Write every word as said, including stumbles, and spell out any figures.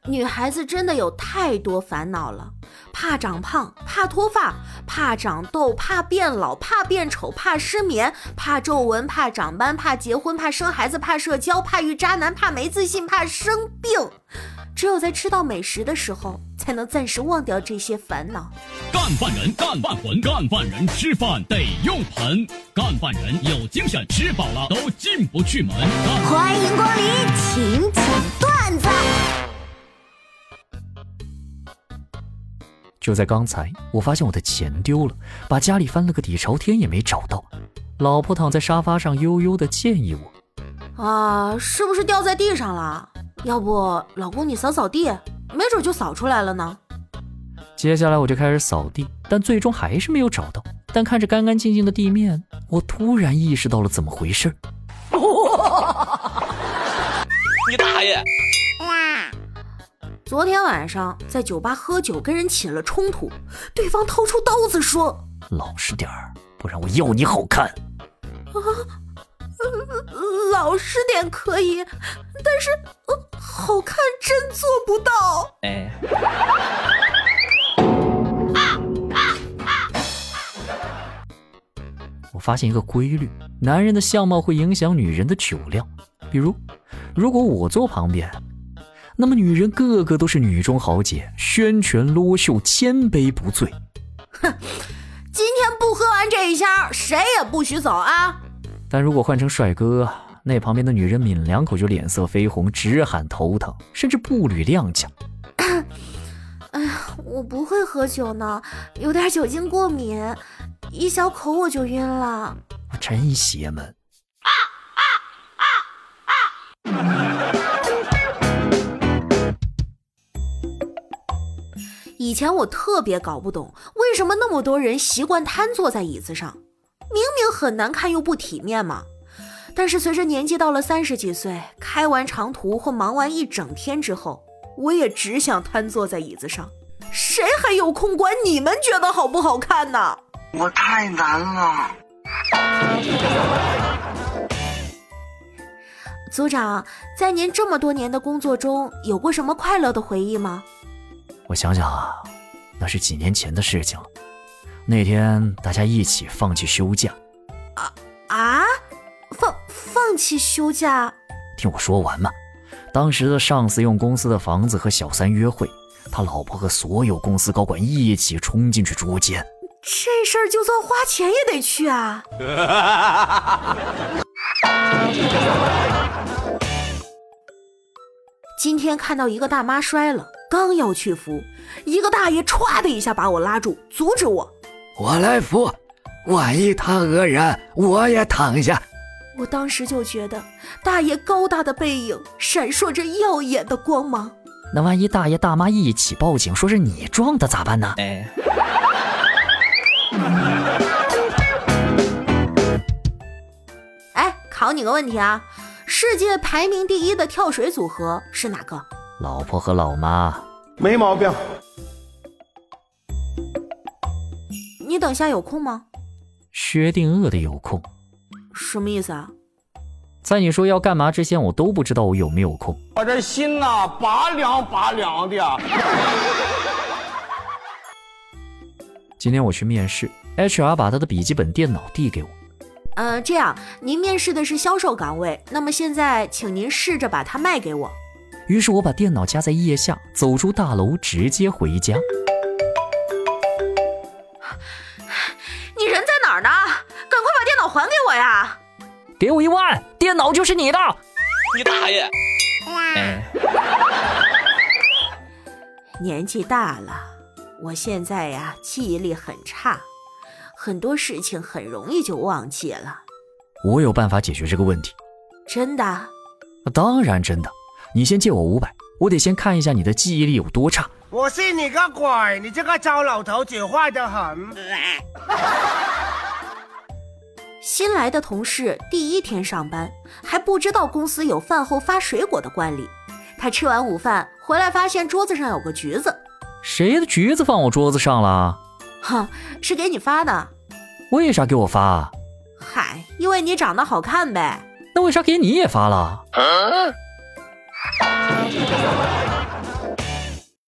女孩子真的有太多烦恼了，怕长胖，怕脱发，怕长痘，怕变老，怕变丑，怕失眠，怕皱纹，怕长斑，怕结婚，怕生孩子，怕社交，怕遇渣男，怕没自信，怕生病。只有在吃到美食的时候，才能暂时忘掉这些烦恼。 干饭人干饭魂，干饭人吃饭得用盆，干饭人有精神，吃饱了都进不去门。 欢迎光临请讲段子。 就在刚才，我发现我的钱丢了，把家里翻了个底朝天也没找到。老婆躺在沙发上悠悠地建议我， 啊，是不是掉在地上了？要不老公你扫扫地，没准就扫出来了呢。 接下来我就开始扫地，但最终还是没有找到。但看着干干净净的地面，我突然意识到了怎么回事。 你大爷！ 昨天晚上在酒吧喝酒，跟人起了冲突，对方掏出刀子说：“ 老实点儿，不然我要你好看。” 啊，老实点可以，但是、呃、好看真做不到。 哎。我发现一个规律，男人的相貌会影响女人的酒量。比如，如果我坐旁边，那么女人个个都是女中豪杰，宣拳啰袖，千杯不醉。 哼，今天不喝完这一箱，谁也不许走啊！ 但如果换成帅哥，那旁边的女人抿两口就脸色绯红，直喊头疼，甚至步履踉跄。 哎呀，我不会喝酒呢，有点酒精过敏，一小口我就晕了。 我真邪门。啊啊啊啊！ 以前我特别搞不懂，为什么那么多人习惯瘫坐在椅子上，明明很难看又不体面嘛。但是随着年纪到了三十几岁，开完长途或忙完一整天之后，我也只想瘫坐在椅子上。谁还有空管你们觉得好不好看呢？ 我太难了。 组长，在您这么多年的工作中，有过什么快乐的回忆吗？ 我想想啊，那是几年前的事情了。那天大家一起放弃休假。 啊啊！放放弃休假？ 听我说完嘛。当时的上司用公司的房子和小三约会，他老婆和所有公司高管一起冲进去捉奸。 这事儿就算花钱也得去啊！今天看到一个大妈摔了，刚要去扶，一个大爷歘的一下把我拉住，阻止我。 我来扶，万一他讹人，我也躺下。 我当时就觉得大爷高大的背影闪烁着耀眼的光芒。 那万一大爷大妈一起报警说是你撞的咋办呢？ 哎， 哎，考你个问题啊，世界排名第一的跳水组合是哪个？ 老婆和老妈。 没毛病。 你等下有空吗？ 薛定谔的有空。 什么意思啊？ 在你说要干嘛之前，我都不知道我有没有空。 我这心呐、啊，拔凉拔凉的。 今天我去面试 ，H R 把他的笔记本电脑递给我。 呃，这样，您面试的是销售岗位，那么现在请您试着把它卖给我。 于是我把电脑夹在腋下，走出大楼，直接回家。 你人在哪儿呢？赶快把电脑还给我呀！ 给我一万，电脑就是你的。 你大爷！ 哎， 年纪大了，我现在呀记忆力很差，很多事情很容易就忘记了。 我有办法解决这个问题。 真的？ 当然真的。你先借我五百，我得先看一下你的记忆力有多差。 我信你个鬼！你这个糟老头子坏得很。 新来的同事第一天上班，还不知道公司有饭后发水果的惯例。他吃完午饭回来，发现桌子上有个橘子。 谁的橘子放我桌子上了？ 哈，是给你发的。 为啥给我发？ 嗨，因为你长得好看呗。 那为啥给你也发了？ 啊